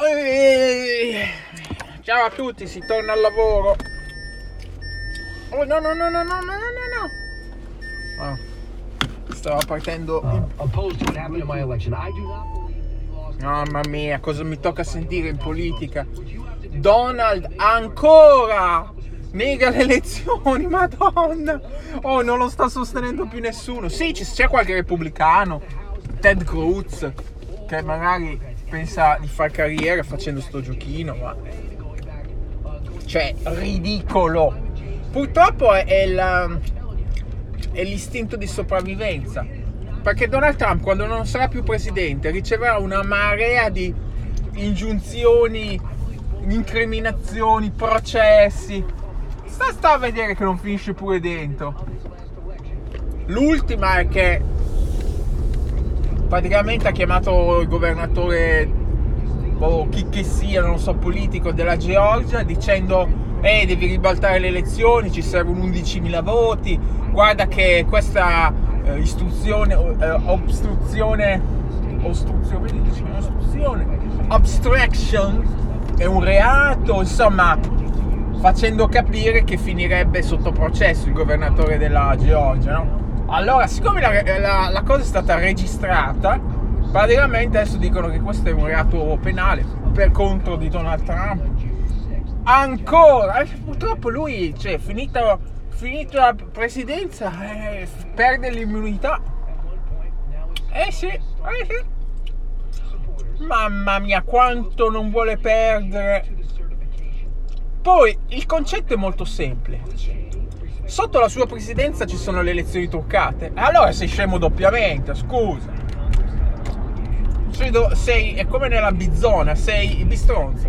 Ciao a tutti, si torna al lavoro. Oh no. Stava partendo. Mamma mia, cosa mi tocca sentire in politica? Donald ancora nega le elezioni, madonna. Oh, non lo sta sostenendo più nessuno. Sì, c'è qualche repubblicano, Ted Cruz, che magari pensa di far carriera facendo sto giochino, ma cioè ridicolo. Purtroppo è l'istinto di sopravvivenza, perché Donald Trump, quando non sarà più presidente, riceverà una marea di ingiunzioni, incriminazioni, processi. Sta a vedere che non finisce pure dentro. L'ultima è che praticamente ha chiamato il governatore o chi che sia, non so, politico della Georgia, dicendo devi ribaltare le elezioni, ci servono 11.000 voti, guarda che questa obstruction è un reato, insomma, facendo capire che finirebbe sotto processo il governatore della Georgia, no? Allora, siccome la cosa è stata registrata, praticamente adesso dicono che questo è un reato penale per contro di Donald Trump. Ancora, purtroppo lui, cioè, finita la presidenza, perde l'immunità. Sì. Mamma mia, quanto non vuole perdere. Poi il concetto è molto semplice. Sotto la sua presidenza ci sono le elezioni truccate. Allora sei scemo doppiamente, scusa. Sei è come nella bizzona, sei bistronzo.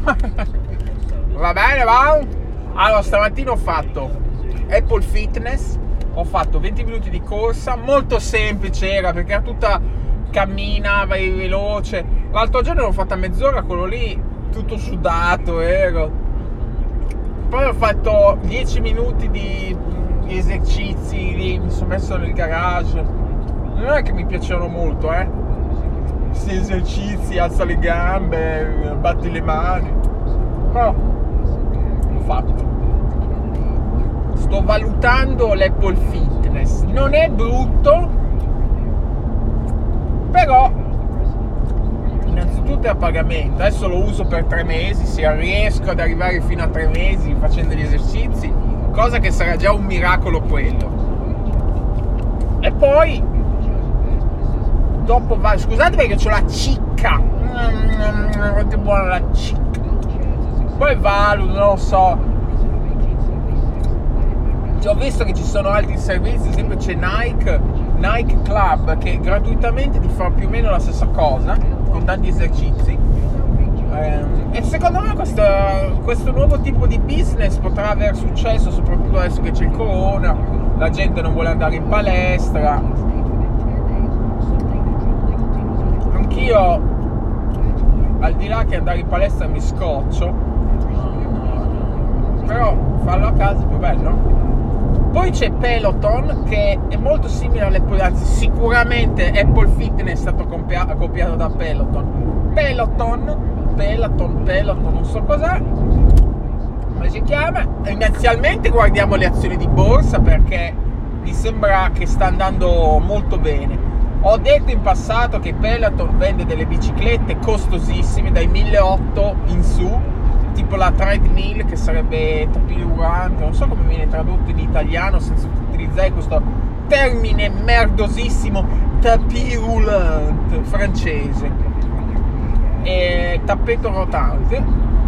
Va bene, va? Allora, stamattina ho fatto Apple Fitness, ho fatto 20 minuti di corsa, molto semplice era, perché era tutta cammina, vai veloce. L'altro giorno l'ho fatta mezz'ora, quello lì, tutto sudato ero. Poi ho fatto 10 minuti di esercizi lì, mi sono messo nel garage. Non è che mi piacciono molto, questi esercizi, alza le gambe, batti le mani. Però l'ho fatto. Sto valutando l'Apple Fitness. Non è brutto, però innanzitutto è a pagamento. Adesso lo uso per 3 mesi. Se riesco ad arrivare fino a 3 mesi facendo gli esercizi, cosa che sarà già un miracolo quello. E poi dopo scusate perché c'ho la cicca, quanto è buona la cicca. Poi valuto, non lo so, ho visto che ci sono altri servizi, ad esempio c'è Nike Club, che gratuitamente ti fa più o meno la stessa cosa con tanti esercizi, e secondo me questo nuovo tipo di business potrà aver successo, soprattutto adesso che c'è il corona, la gente non vuole andare in palestra. Anch'io, al di là che andare in palestra mi scoccio, però farlo a casa è più bello. Poi c'è Peloton, che è molto simile all'Apple, anzi sicuramente Apple Fitness è stato copiato da Peloton, non so cos'è, come si chiama. Inizialmente guardiamo le azioni di borsa, perché mi sembra che sta andando molto bene. Ho detto in passato che Peloton vende delle biciclette costosissime, dai 1.800 in su, tipo la treadmill, che sarebbe tapis roulant, non so come viene tradotto in italiano senza utilizzare questo termine merdosissimo, tapis roulant francese, e tappeto rotante,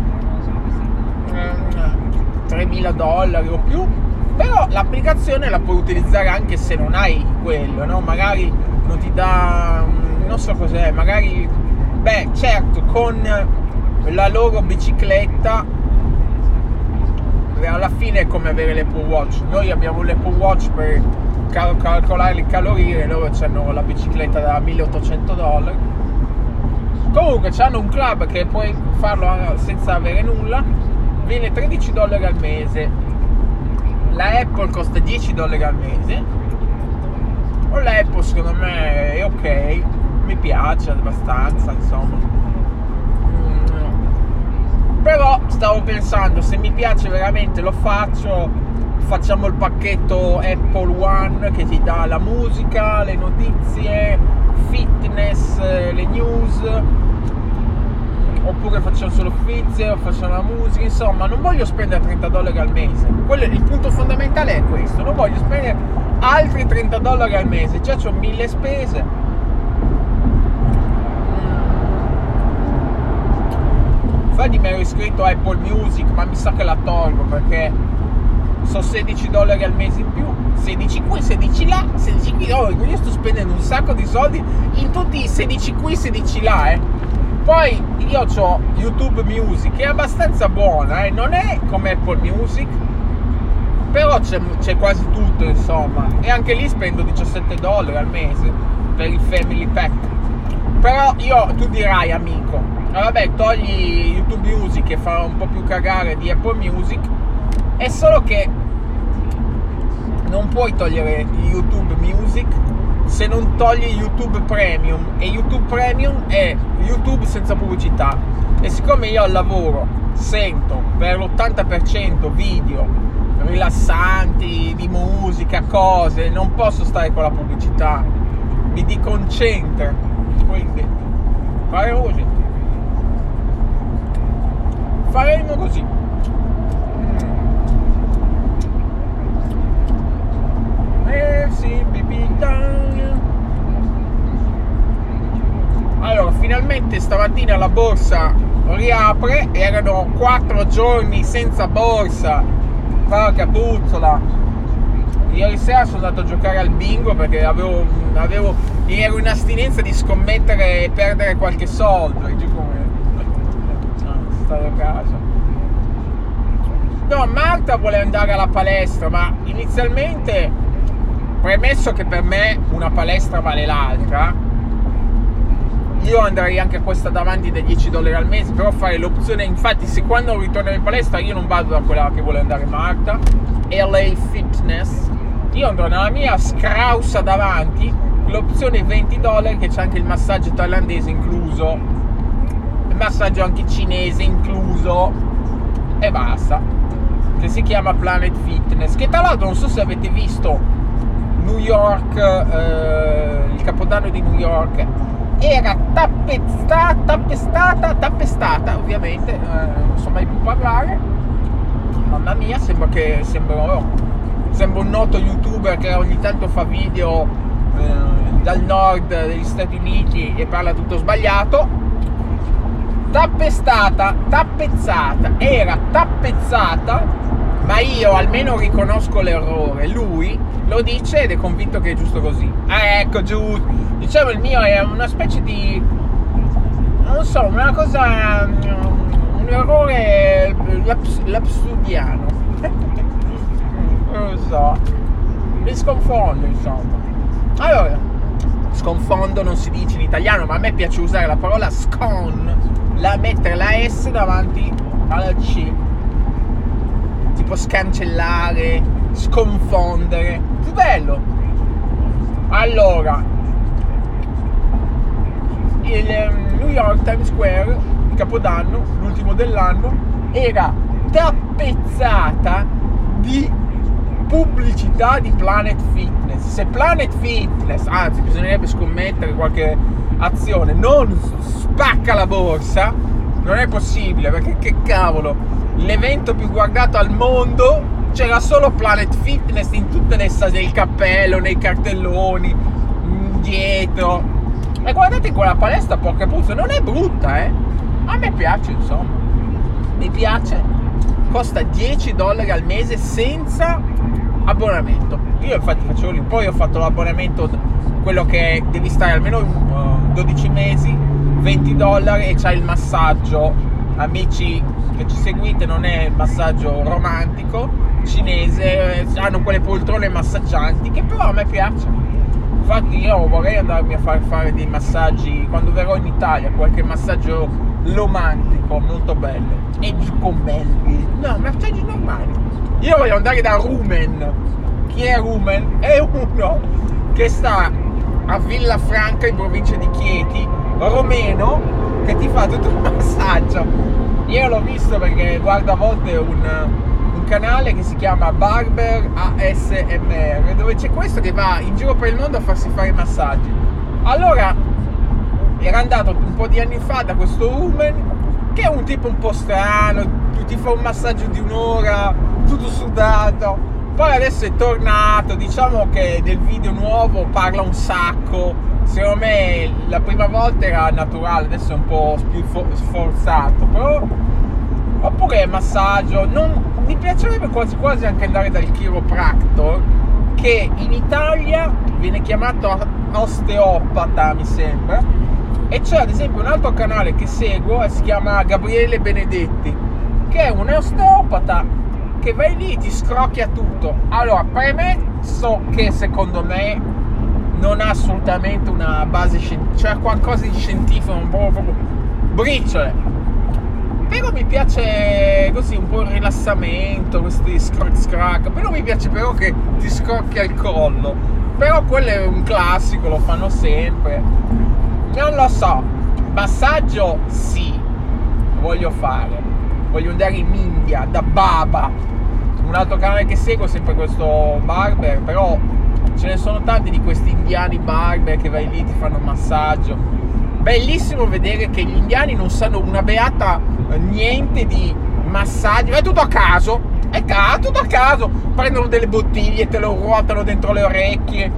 $3.000 o più. Però l'applicazione la puoi utilizzare anche se non hai quello, no? Magari non ti dà, non so cos'è, magari, certo, con la loro bicicletta alla fine è come avere l'Apple Watch. Noi abbiamo l'Apple Watch per calcolare le calorie, loro hanno la bicicletta da $1.800. Comunque hanno un club che puoi farlo senza avere nulla, viene $13 al mese. La Apple costa $10 al mese. La Apple secondo me è ok, mi piace abbastanza, insomma. stavo pensando, se mi piace veramente lo faccio, facciamo il pacchetto Apple One che ti dà la musica, le notizie, fitness, le news, oppure facciamo solo fitness o facciamo la musica. Insomma, non voglio spendere $30 al mese. Il punto fondamentale è questo: non voglio spendere altri $30 al mese, già c'ho 1000 spese. Infatti mi ero iscritto a Apple Music, ma mi sa che la tolgo perché sono $16 al mese in più, 16 qui, 16 là, 16 qui. Oh, io sto spendendo un sacco di soldi in tutti i 16 qui, 16 là, Poi io ho YouTube Music, che è abbastanza buona, non è come Apple Music, però c'è quasi tutto, insomma, e anche lì spendo $17 al mese per il Family Pack. Però tu dirai, amico, vabbè, togli YouTube Music che fa un po' più cagare di Apple Music. È solo che non puoi togliere YouTube Music se non togli YouTube Premium, e YouTube Premium è YouTube senza pubblicità. E siccome io al lavoro sento per l'80% video rilassanti, di musica, cose, non posso stare con la pubblicità, mi deconcentra, quindi faremo così. Allora, finalmente stamattina la borsa riapre, erano 4 giorni senza borsa, porca puzzola. Ieri sera sono andato a giocare al bingo perché ero in astinenza di scommettere e perdere qualche soldo, e giù come stare a casa. No, Marta vuole andare alla palestra, ma inizialmente, premesso che per me una palestra vale l'altra, io andrei anche a questa davanti da $10 al mese, però fare l'opzione, infatti se quando ritorno in palestra io non vado da quella che vuole andare Marta, LA Fitness, io andrò nella mia scrausa davanti, l'opzione $20 che c'è anche il massaggio thailandese incluso, il massaggio anche cinese incluso, e basta, che si chiama Planet Fitness, che tra l'altro non so se avete visto New York, il capodanno di New York era tappestata, ovviamente, non so mai più parlare, mamma mia, sembra un noto youtuber che ogni tanto fa video dal nord degli Stati Uniti e parla tutto sbagliato. Era tappezzata, ma io almeno riconosco l'errore, lui lo dice ed è convinto che è giusto così. Ecco, giusto. Diciamo, il mio è una specie di, non so, una cosa, un errore lapsudiano. Non lo so, mi sconfondo, insomma. Allora, sconfondo non si dice in italiano, ma a me piace usare la parola mettere la S davanti alla C, tipo scancellare, sconfondere, più bello. Allora, il New York Times Square, il Capodanno, l'ultimo dell'anno, era tappezzata di pubblicità di Planet Fitness. Se Planet Fitness, anzi bisognerebbe scommettere qualche azione, non spacca la borsa, non è possibile, perché che cavolo, l'evento più guardato al mondo, c'era solo Planet Fitness in tutte le sale del cappello, nei cartelloni, dietro. E guardate quella palestra, porca puzza, non è brutta, a me piace, insomma, mi piace, costa $10 al mese senza abbonamento. Io infatti facevo lì, poi ho fatto l'abbonamento, quello che devi stare almeno 12 mesi, $20, e c'hai il massaggio. Amici che ci seguite, non è il massaggio romantico cinese, hanno quelle poltrone massaggianti che però a me piacciono. Infatti io vorrei andarmi a fare dei massaggi quando verrò in Italia, qualche massaggio romantico molto bello, e dico belli, no, massaggi normali. Io voglio andare da Rumen. Chi è Rumen? È uno che sta a Villafranca in provincia di Chieti, romeno, che ti fa tutto un massaggio. Io l'ho visto perché guardo a volte un canale che si chiama Barber ASMR, dove c'è questo che va in giro per il mondo a farsi fare i massaggi. Allora era andato un po' di anni fa da questo woman, che è un tipo un po' strano, ti fa un massaggio di un'ora, tutto sudato. Poi adesso è tornato, diciamo che nel video nuovo parla un sacco. Secondo me la prima volta era naturale, adesso è un po' più sforzato, però. Oppure massaggio, mi piacerebbe quasi quasi anche andare dal chiropractor, che in Italia viene chiamato osteopata, mi sembra. E c'è ad esempio un altro canale che seguo e si chiama Gabriele Benedetti, che è un osteopata che vai lì e ti scrocchia tutto. Allora, premesso che secondo me non ha assolutamente una base scientifica, cioè qualcosa di scientifico, un po' proprio briciole. Però mi piace così un po' il rilassamento, questi scrac, però mi piace però che ti scrocchia il collo. Però quello è un classico, lo fanno sempre. Non lo so, massaggio sì, lo voglio fare. Voglio andare in India, da Baba, un altro canale che seguo, sempre questo barber, però ce ne sono tanti di questi indiani barber che vai lì, ti fanno massaggio. Bellissimo vedere che gli indiani non sanno una beata niente di massaggio, è tutto a caso, tutto a caso, prendono delle bottiglie e te lo ruotano dentro le orecchie,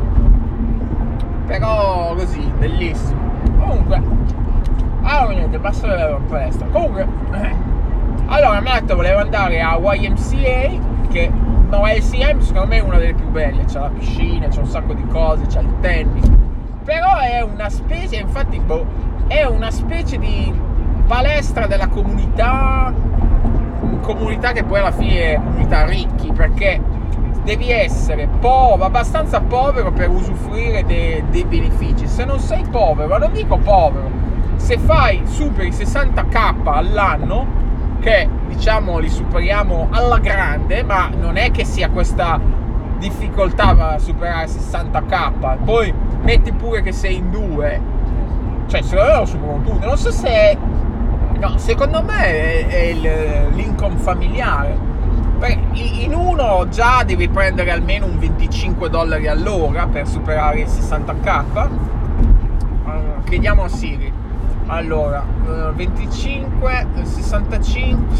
però così, bellissimo. Comunque, allora niente, basta vedere presto. Comunque, allora Matt voleva andare a YMCA, che YMCA secondo me è una delle più belle, c'è la piscina, c'è un sacco di cose, c'è il tennis, però è una specie, infatti è una specie di palestra della comunità che poi alla fine è comunità ricchi, perché devi essere abbastanza povero per usufruire dei benefici. Se non sei povero, ma non dico povero, se superi 60k all'anno, che diciamo li superiamo alla grande, ma non è che sia questa difficoltà a superare 60k, poi metti pure che sei in due, cioè secondo me lo superano tutti. Non so se no, secondo me è l'income familiare, perché in uno già devi prendere almeno un $25 all'ora per superare il 60k. Chiediamo a Siri. Allora 25, 65,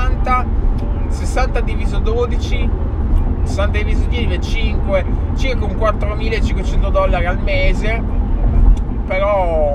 60 diviso 12, 60 diviso 10, 5, circa un $4.500 al mese, però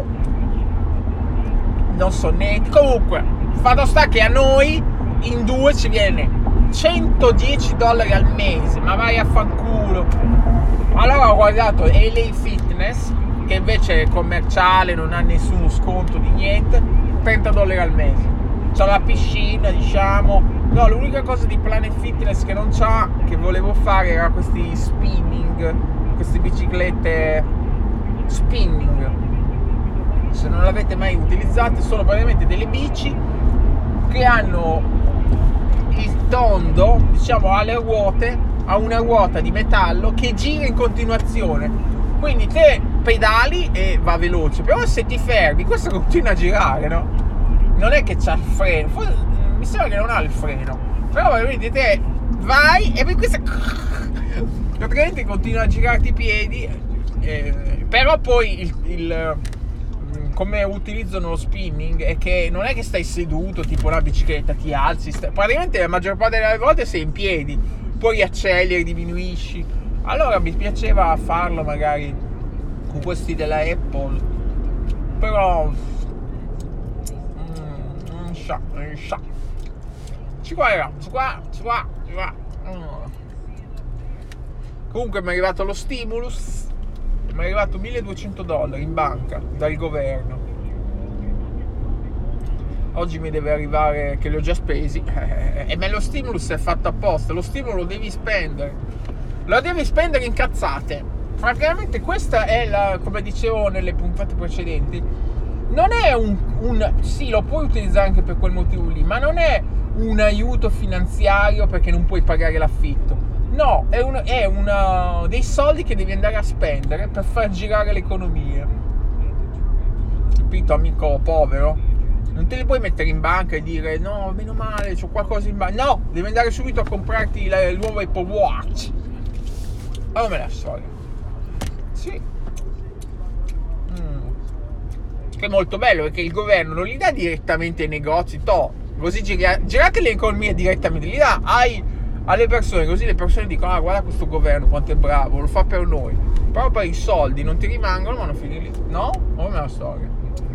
non so netti. Comunque fatto sta che a noi in due ci viene $110 al mese, ma vai a fanculo. Allora ho guardato LA Fitness, che invece è commerciale, non ha nessuno sconto di niente, $30 al mese. C'ha la piscina, diciamo. No, l'unica cosa di Planet Fitness che non c'ha, che volevo fare, era questi spinning, queste biciclette spinning. Se non l'avete mai utilizzate, sono praticamente delle bici che hanno il tondo, diciamo, alle ruote, ha una ruota di metallo che gira in continuazione, quindi te pedali e va veloce, però se ti fermi questo continua a girare, no? Non è che c'ha il freno, mi sembra che non ha il freno, però veramente te vai e questa praticamente continua a girarti i piedi, però poi come utilizzano lo spinning è che non è che stai seduto tipo una bicicletta, ti alzi, praticamente la maggior parte delle volte sei in piedi, poi acceleri, diminuisci. Allora mi piaceva farlo magari con questi della Apple, però non so. Ci guarderà. Comunque mi è arrivato lo stimulus, mi è arrivato $1.200 in banca dal governo. Oggi mi deve arrivare che li ho già spesi, ma lo stimulus è fatto apposta, lo stimolo lo devi spendere in cazzate. Praticamente questa è come dicevo nelle puntate precedenti, non è sì, lo puoi utilizzare anche per quel motivo lì, ma non è un aiuto finanziario perché non puoi pagare l'affitto. No, è dei soldi che devi andare a spendere per far girare l'economia. Capito, amico povero? Non te li puoi mettere in banca e dire no, meno male, c'ho qualcosa in banca. No, devi andare subito a comprarti il nuovo Apple Watch. Oh, me la storia. Sì. È molto bello perché il governo non li dà direttamente ai negozi, così girate le economie direttamente, li dà alle persone, così le persone dicono ah, guarda questo governo quanto è bravo, lo fa per noi. Però poi i soldi non ti rimangono, ma non finire lì. No? Oh, me la storia.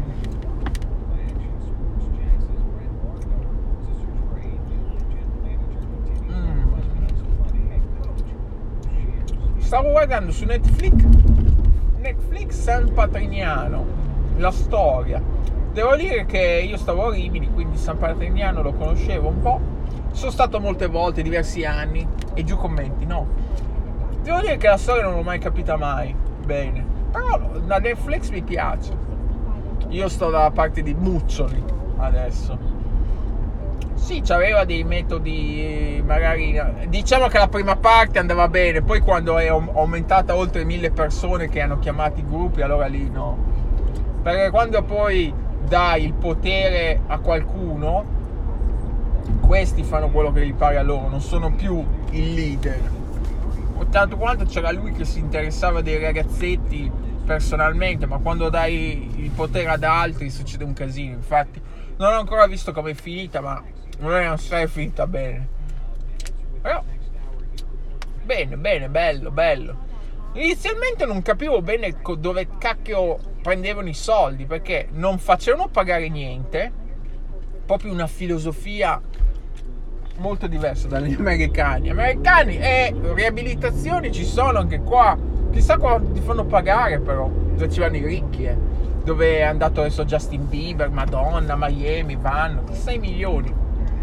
Stavo guardando su Netflix San Patrignano, la storia. Devo dire che io stavo a Rimini, quindi San Patrignano lo conoscevo un po'. Sono stato molte volte, diversi anni, e giù commenti, no. Devo dire che la storia non l'ho mai capita mai bene, però da Netflix mi piace. Io sto dalla parte di Muccioli adesso. Sì, c'aveva dei metodi, magari, diciamo che la prima parte andava bene, poi quando è aumentata oltre 1000 persone che hanno chiamato i gruppi, allora lì no. Perché quando poi dai il potere a qualcuno, questi fanno quello che gli pare a loro, non sono più il leader. Tanto quanto c'era lui che si interessava dei ragazzetti personalmente, ma quando dai il potere ad altri succede un casino. Infatti non ho ancora visto come è finita, ma non è finita bene. Però bene, bello. Inizialmente non capivo bene dove cacchio prendevano i soldi, perché non facevano pagare niente, proprio una filosofia molto diversa dagli americani. Riabilitazioni ci sono anche qua, chissà quanto ti fanno pagare, però dove ci vanno i ricchi, dove è andato adesso Justin Bieber, Madonna, Miami, vanno chissà i milioni.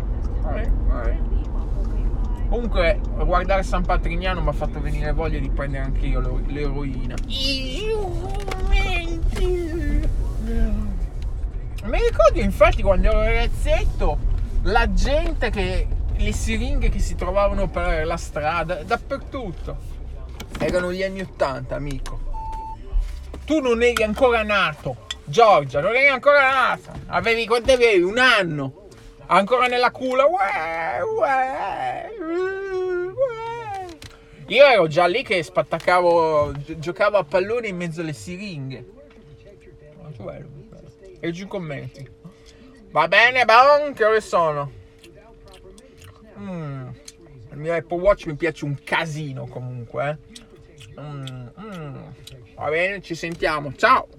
Comunque guardare San Patrignano mi ha fatto venire voglia di prendere anche io l'eroina. Mi ricordo infatti quando ero ragazzetto la gente le siringhe che si trovavano per la strada dappertutto. Erano gli anni 80, amico. Tu non eri ancora nato, Giorgia, non eri ancora nata. Quanto avevi? Un anno. Ancora nella culla. Io ero già lì che giocavo a pallone in mezzo alle siringhe. E giù i commenti. Va bene, bon, che ore sono? Il mio Apple Watch mi piace un casino comunque. Va bene, ci sentiamo. Ciao!